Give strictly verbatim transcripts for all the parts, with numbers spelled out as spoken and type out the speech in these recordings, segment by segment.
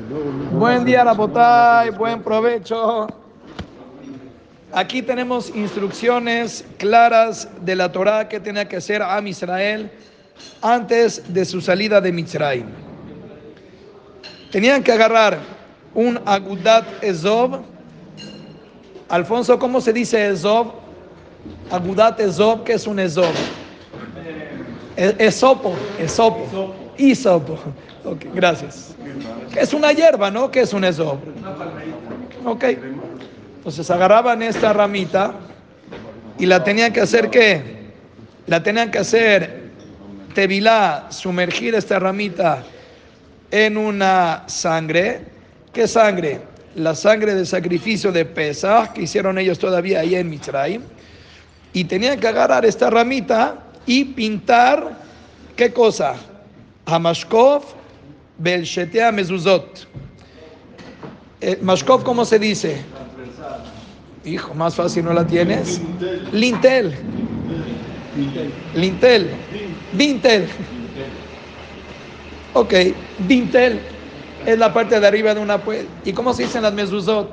Buen día, Rabotay, buen provecho. Aquí tenemos instrucciones claras de la Torá que tenía que hacer Am Israel antes de su salida de Mitzrayim. Tenían que agarrar un agudat ezov. Alfonso, ¿cómo se dice ezov? Agudat ezov, ¿qué es un ezov? Esopo, esopo, isopo. Ok, gracias. Es una hierba, ¿no? ¿Qué es un ezov? Ok. Entonces agarraban esta ramita y la tenían que hacer, ¿qué? La tenían que hacer tevilá, sumergir esta ramita en una sangre. ¿Qué sangre? La sangre de sacrificio de Pesach que hicieron ellos todavía ahí en Mitzrayim. Y tenían que agarrar esta ramita y pintar, ¿qué cosa? Hamashkov Belshetea Mezuzot. Eh, Mashkov, ¿cómo se dice? Hijo, más fácil no la tienes. Lintel. Lintel. Dintel. Ok, dintel es la parte de arriba de una puerta. ¿Y cómo se dicen las mezuzot?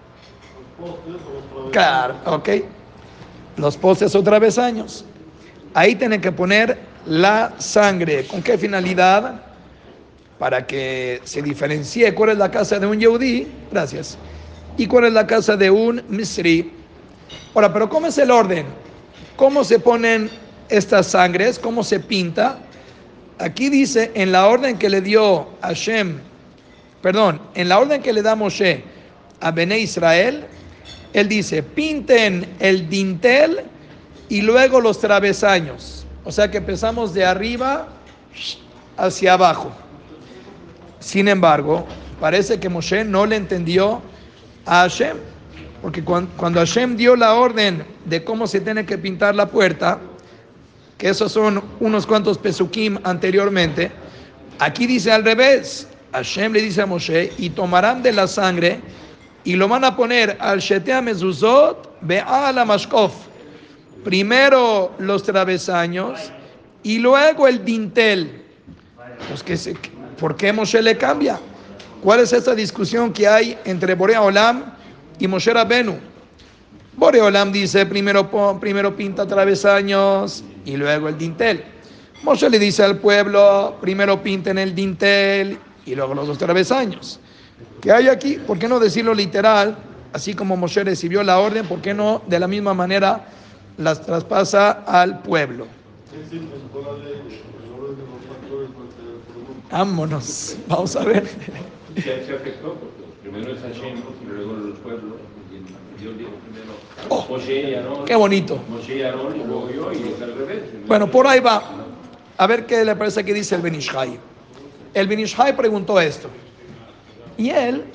Claro, ok. Los postes o travesaños. Ahí tienen que poner la sangre. ¿Con qué finalidad? Para que se diferencie cuál es la casa de un Yehudí. Gracias. ¿Y cuál es la casa de un Misri? Ahora, pero ¿cómo es el orden? ¿Cómo se ponen estas sangres? ¿Cómo se pinta? Aquí dice, en la orden que le dio Hashem, perdón, en la orden que le da Moshe a Bené Israel, él dice, pinten el dintel y luego los travesaños. O sea que empezamos de arriba hacia abajo. Sin embargo, parece que Moshe no le entendió a Hashem, porque cuando Hashem dio la orden de cómo se tiene que pintar la puerta, que esos son unos cuantos pesukim anteriormente, aquí dice al revés. Hashem le dice a Moshe, y tomarán de la sangre y lo van a poner al shetea mezuzot be'al mashkof, primero los travesaños y luego el dintel. Pues que se, ¿por qué Moshe le cambia? ¿Cuál es esta discusión que hay entre Borei Olam y Moshe Rabenu? Borei Olam dice, primero, primero pinta travesaños y luego el dintel. Moshe le dice al pueblo, primero pinten el dintel y luego los dos travesaños. ¿Qué hay aquí? ¿Por qué no decirlo literal? Así como Moshe recibió la orden, ¿por qué no de la misma manera las traspasa al pueblo? Vámonos, vamos a ver. Se afectó porque primero es Hashem y luego los pueblos. Dios dijo primero Oh, Moshe y Aarón. qué bonito. Moshe y Aarón y luego yo, y es al revés. Bueno, por ahí va. A ver qué le parece que dice el Ben Ish Chai. El Ben Ish Chai preguntó esto. Y él,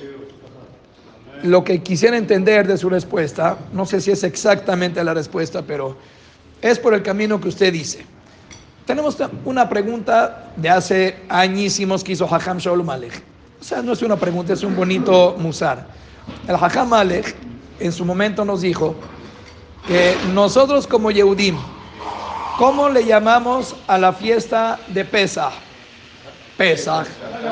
lo que quisiera entender de su respuesta, no sé si es exactamente la respuesta, pero es por el camino que usted dice. Tenemos una pregunta de hace añísimos que hizo Hajam Shaul Malech. O sea, no es una pregunta, es un bonito musar. El Hajam Malech en su momento nos dijo que nosotros como Yehudim, ¿cómo le llamamos a la fiesta de Pesach? Pesach.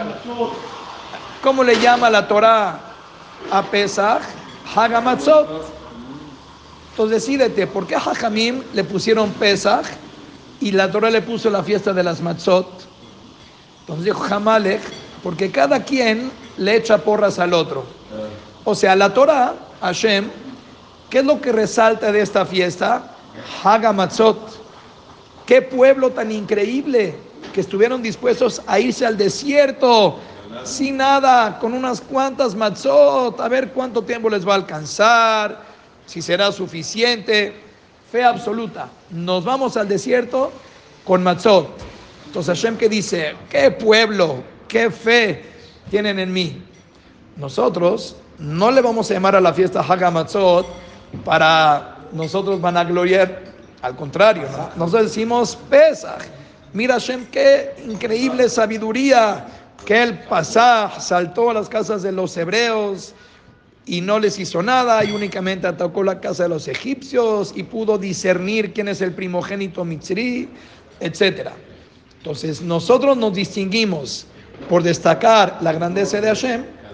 ¿Cómo le llama la Torah a Pesach? Hagamatzot. Entonces decídete, ¿por qué a Jajamim le pusieron Pesach y la Torah le puso la fiesta de las Matzot? Entonces dijo Hamalech, porque cada quien le echa porras al otro. O sea, la Torah, Hashem, ¿qué es lo que resalta de esta fiesta? Hagamatzot. Qué pueblo tan increíble que estuvieron dispuestos a irse al desierto sin nada, con unas cuantas matzot, a ver cuánto tiempo les va a alcanzar, si será suficiente. Fe absoluta. Nos vamos al desierto con matzot. Entonces Hashem que dice, qué pueblo, qué fe tienen en mí. Nosotros no le vamos a llamar a la fiesta Hagamatzot para nosotros vanagloriar, al contrario, ¿no? Nosotros decimos Pesach. Mira Hashem, qué increíble sabiduría, que el Pasaj saltó a las casas de los hebreos y no les hizo nada, y únicamente atacó la casa de los egipcios y pudo discernir quién es el primogénito mitzri, etcétera. Entonces nosotros nos distinguimos por destacar la grandeza de Hashem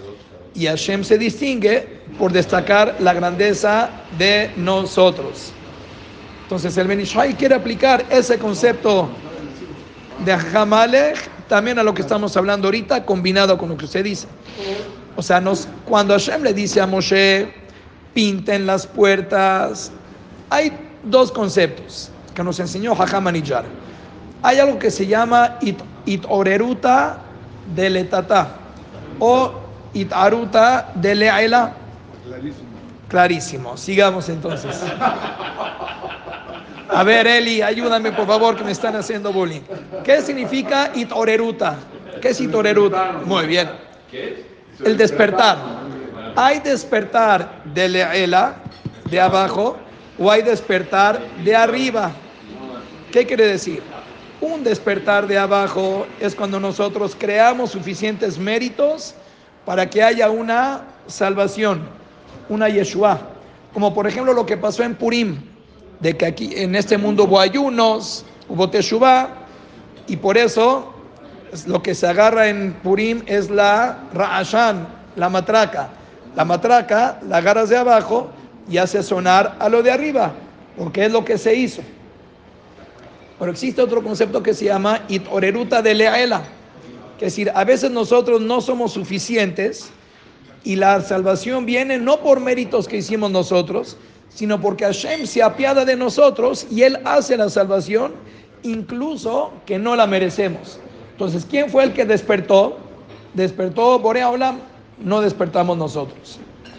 y Hashem se distingue por destacar la grandeza de nosotros. Entonces el Ben Ish Chai quiere aplicar ese concepto de Hamalech también a lo que estamos hablando ahorita, combinado con lo que usted dice. O sea, nos, cuando Hashem le dice a Moshe, pinten las puertas, hay dos conceptos que nos enseñó Hajam Aniyar. Hay algo que se llama it, itoreruta de letata o itaruta de le'ela. Clarísimo. Clarísimo. Sigamos entonces. A ver, Eli, ayúdame por favor, que me están haciendo bullying. ¿Qué significa itoreruta? ¿Qué es itoreruta? Muy bien. El despertar. Hay despertar de le'ela, de abajo, o hay despertar de arriba. ¿Qué quiere decir? Un despertar de abajo es cuando nosotros creamos suficientes méritos para que haya una salvación, una Yeshua. Como por ejemplo lo que pasó en Purim, de que aquí en este mundo hubo ayunos, hubo Teshuvah, y por eso lo que se agarra en Purim es la Ra'ashan, la matraca. La matraca la agarras de abajo y hace sonar a lo de arriba, porque es lo que se hizo. Pero existe otro concepto que se llama itoreruta de le'ela, que es decir, a veces nosotros no somos suficientes y la salvación viene no por méritos que hicimos nosotros, sino porque Hashem se apiada de nosotros y Él hace la salvación, incluso que no la merecemos. Entonces, ¿quién fue el que despertó? Despertó Borei Olam, no despertamos nosotros.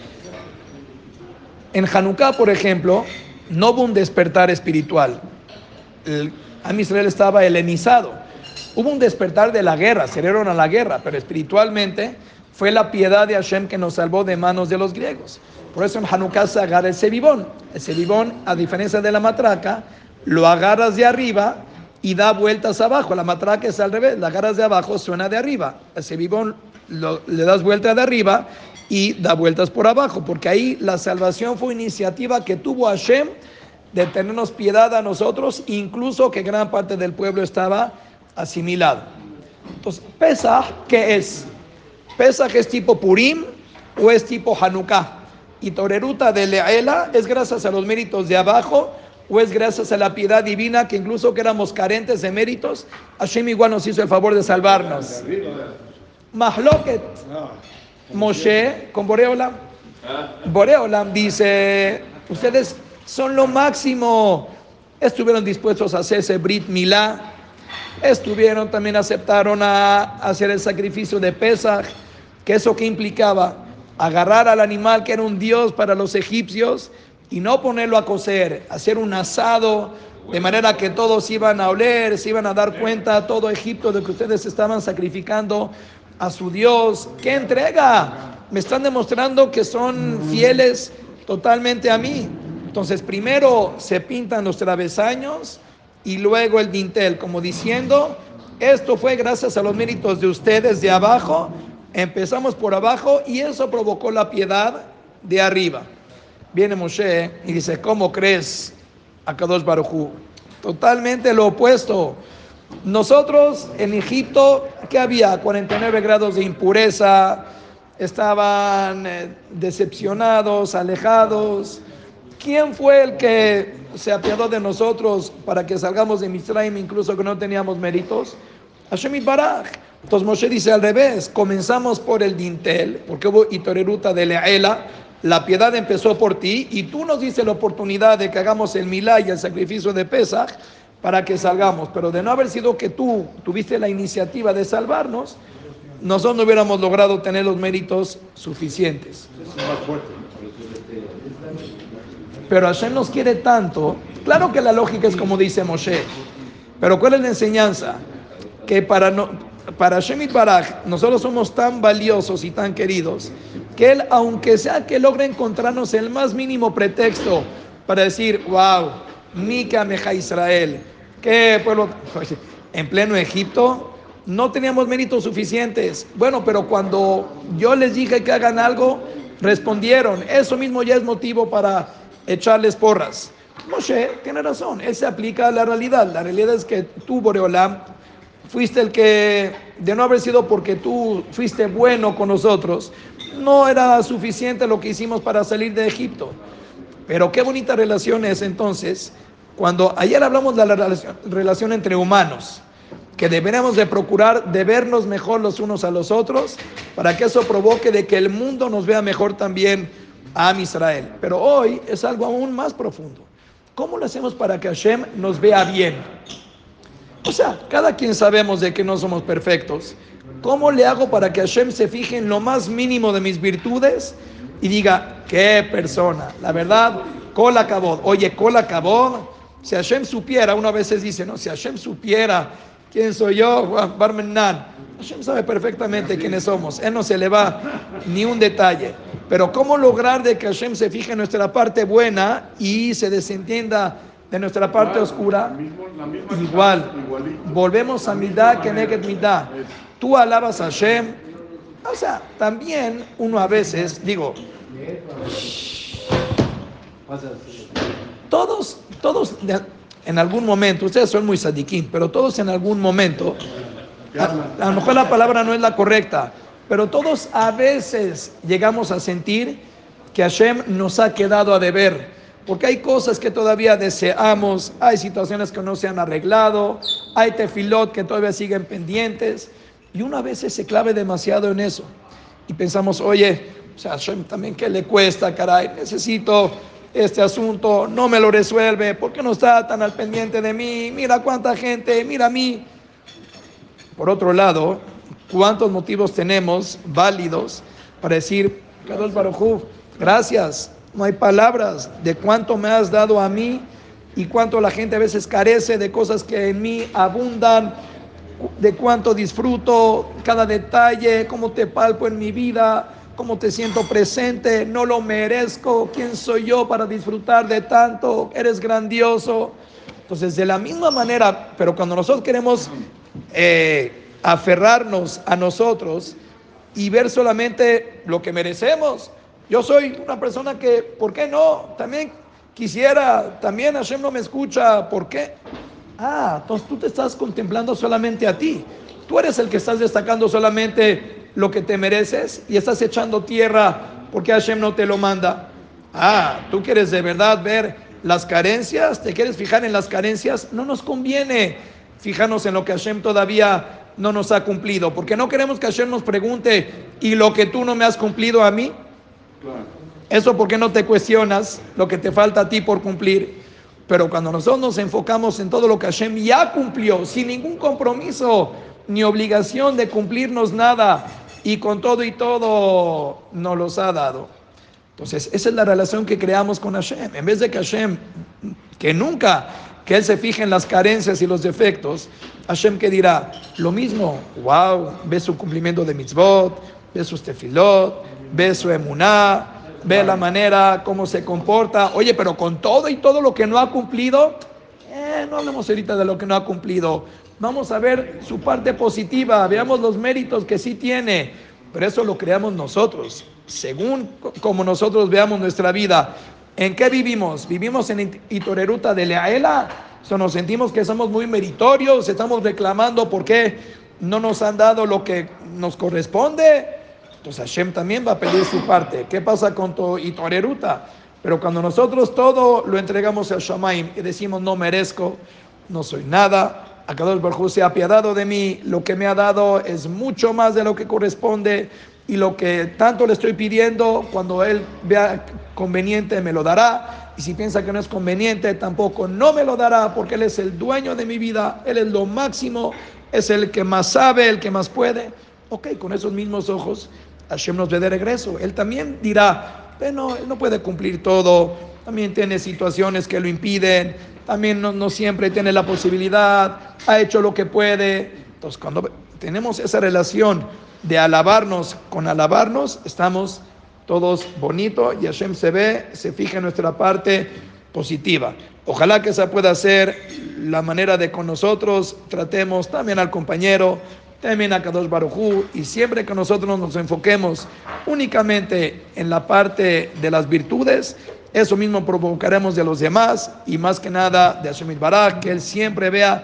En Hanukkah, por ejemplo, no hubo un despertar espiritual. El Am Israel estaba helenizado. Hubo un despertar de la guerra, se dieron a la guerra, pero espiritualmente fue la piedad de Hashem que nos salvó de manos de los griegos. Por eso en Hanukkah se agarra el sebibón. El sebibón, a diferencia de la matraca, lo agarras de arriba y da vueltas abajo. La matraca es al revés, la agarras de abajo, suena de arriba. El sebibón lo, le das vuelta de arriba y da vueltas por abajo, porque ahí la salvación fue iniciativa que tuvo Hashem de tenernos piedad a nosotros, incluso que gran parte del pueblo estaba asimilado. Entonces, Pesach, ¿qué es? Pesach es tipo Purim o es tipo Hanukkah. Y Toreruta de Le'ela es gracias a los méritos de abajo o es gracias a la piedad divina, que incluso que éramos carentes de méritos, Hashem igual nos hizo el favor de salvarnos. Mahloket, Moshe con Borei Olam. Borei Olam dice, ustedes son lo máximo. Estuvieron dispuestos a hacerse Brit Milá. Estuvieron, también aceptaron a hacer el sacrificio de Pesach, que eso que implicaba agarrar al animal que era un dios para los egipcios y no ponerlo a cocer, hacer un asado, de manera que todos iban a oler, se iban a dar cuenta a todo Egipto de que ustedes estaban sacrificando a su Dios. ¡Qué entrega! Me están demostrando que son fieles totalmente a mí. Entonces primero se pintan los travesaños y luego el dintel, como diciendo, esto fue gracias a los méritos de ustedes de abajo, empezamos por abajo y eso provocó la piedad de arriba. Viene Moshe y dice, ¿cómo crees, Akadosh Baruj Hu? Totalmente lo opuesto. Nosotros en Egipto, ¿qué había? cuarenta y nueve grados de impureza, estaban eh, decepcionados, alejados. ¿Quién fue el que se apiadó de nosotros para que salgamos de Mitzrayim, incluso que no teníamos méritos? Hashem Yitbaraj. Entonces Moshe dice al revés, comenzamos por el dintel, porque hubo itoreruta de le'ela, la piedad empezó por ti, y tú nos diste la oportunidad de que hagamos el milá y el sacrificio de Pesach para que salgamos, pero de no haber sido que tú tuviste la iniciativa de salvarnos, nosotros no hubiéramos logrado tener los méritos suficientes. Pero Hashem nos quiere tanto. Claro que la lógica es como dice Moshe, pero ¿cuál es la enseñanza? Que para, no, para Hashem Yitbaraj nosotros somos tan valiosos y tan queridos que Él, aunque sea que logre encontrarnos el más mínimo pretexto para decir, wow, Nika Meja Israel, que pueblo, en pleno Egipto no teníamos méritos suficientes. Bueno, pero cuando yo les dije que hagan algo, respondieron. Eso mismo ya es motivo para echarles porras. Moshe tiene razón, él se aplica a la realidad. La realidad es que tú, Borei Olam, fuiste el que, de no haber sido porque tú fuiste bueno con nosotros, no era suficiente lo que hicimos para salir de Egipto. Pero qué bonita relación es entonces, cuando ayer hablamos de la relación, relación entre humanos, que deberíamos de procurar de vernos mejor los unos a los otros, para que eso provoque de que el mundo nos vea mejor también a Am Israel. Pero hoy es algo aún más profundo. ¿Cómo lo hacemos para que Hashem nos vea bien? O sea, cada quien sabemos de que no somos perfectos. ¿Cómo le hago para que Hashem se fije en lo más mínimo de mis virtudes y diga, qué persona? La verdad, Kol Hakavod. Oye, Kol Hakavod, si Hashem supiera, uno a veces dice, no, si Hashem supiera quién soy yo, Juan Barmenan, Hashem sabe perfectamente quiénes somos. Él no se le va ni un detalle. Pero ¿cómo lograr de que Hashem se fije en nuestra parte buena y se desentienda de nuestra parte oscura? Igual, volvemos a Midah Keneged Midah. Tú alabas a Hashem. O sea, también uno a veces, digo, todos, todos en algún momento, ustedes son muy sadiquín, pero todos en algún momento, a, a lo mejor la palabra no es la correcta, pero todos a veces llegamos a sentir que Hashem nos ha quedado a deber, porque hay cosas que todavía deseamos, hay situaciones que no se han arreglado, hay tefilot que todavía siguen pendientes, y uno a veces se clave demasiado en eso, y pensamos, oye, o sea, Hashem también qué le cuesta, caray, necesito este asunto, no me lo resuelve, ¿por qué no está tan al pendiente de mí? Mira cuánta gente, mira a mí. Por otro lado, ¿cuántos motivos tenemos válidos para decir, Kadosh Baruj Hu, gracias, no hay palabras de cuánto me has dado a mí y cuánto la gente a veces carece de cosas que en mí abundan, de cuánto disfruto cada detalle, cómo te palpo en mi vida, cómo te siento presente, no lo merezco, quién soy yo para disfrutar de tanto, eres grandioso. Entonces, de la misma manera, pero cuando nosotros queremos eh, aferrarnos a nosotros y ver solamente lo que merecemos, yo soy una persona que, ¿por qué no? También quisiera, también Hashem no me escucha, ¿por qué? Ah, entonces tú te estás contemplando solamente a ti. Tú eres el que estás destacando solamente lo que te mereces y estás echando tierra porque Hashem no te lo manda. Ah, tú quieres de verdad ver las carencias, te quieres fijar en las carencias. No nos conviene fijarnos en lo que Hashem todavía no nos ha cumplido, porque no queremos que Hashem nos pregunte, ¿y lo que tú no me has cumplido a mí? Claro. Eso, ¿por qué no te cuestionas lo que te falta a ti por cumplir? Pero cuando nosotros nos enfocamos en todo lo que Hashem ya cumplió, sin ningún compromiso ni obligación de cumplirnos nada, y con todo y todo nos los ha dado. Entonces, esa es la relación que creamos con Hashem. En vez de que Hashem, que nunca, que Él se fije en las carencias y los defectos, Hashem que dirá, lo mismo, wow, ve su cumplimiento de mitzvot, ve sus tefilot, ve su emuná, ve la manera como se comporta. Oye, pero con todo y todo lo que no ha cumplido, eh, no hablemos ahorita de lo que no ha cumplido. Vamos a ver su parte positiva, veamos los méritos que sí tiene, pero eso lo creamos nosotros, según como nosotros veamos nuestra vida. ¿En qué vivimos? ¿Vivimos en Itoreruta de Leaela? O sea, nos sentimos que somos muy meritorios, estamos reclamando por qué no nos han dado lo que nos corresponde. Entonces Hashem también va a pedir su parte. ¿Qué pasa con tu Itoreruta? Pero cuando nosotros todo lo entregamos al Shamaim y decimos no merezco, no soy nada, Akadosh Baruj Hu se ha apiadado de mí, lo que me ha dado es mucho más de lo que corresponde y lo que tanto le estoy pidiendo, cuando Él vea conveniente me lo dará, y si piensa que no es conveniente tampoco no me lo dará, porque Él es el dueño de mi vida, Él es lo máximo, es el que más sabe, el que más puede. Ok, con esos mismos ojos Hashem nos ve de regreso. Él también dirá, bueno, Él no puede cumplir todo, también tiene situaciones que lo impiden, también no, no siempre tiene la posibilidad, ha hecho lo que puede. Entonces, cuando tenemos esa relación de alabarnos con alabarnos, estamos todos bonitos y Hashem se ve, se fija en nuestra parte positiva. Ojalá que esa pueda ser la manera de con nosotros tratemos también al compañero, también a Kadosh Baruj Hu, y siempre que nosotros nos enfoquemos únicamente en la parte de las virtudes, eso mismo provocaremos de los demás, y más que nada de Hashem Yitbaraj, que Él siempre vea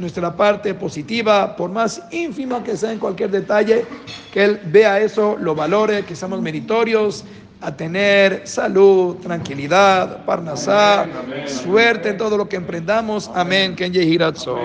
nuestra parte positiva, por más ínfima que sea en cualquier detalle, que Él vea eso, lo valore, que seamos meritorios a tener salud, tranquilidad, parnasá, suerte en todo lo que emprendamos. Amén. Ken Yehi Ratzon.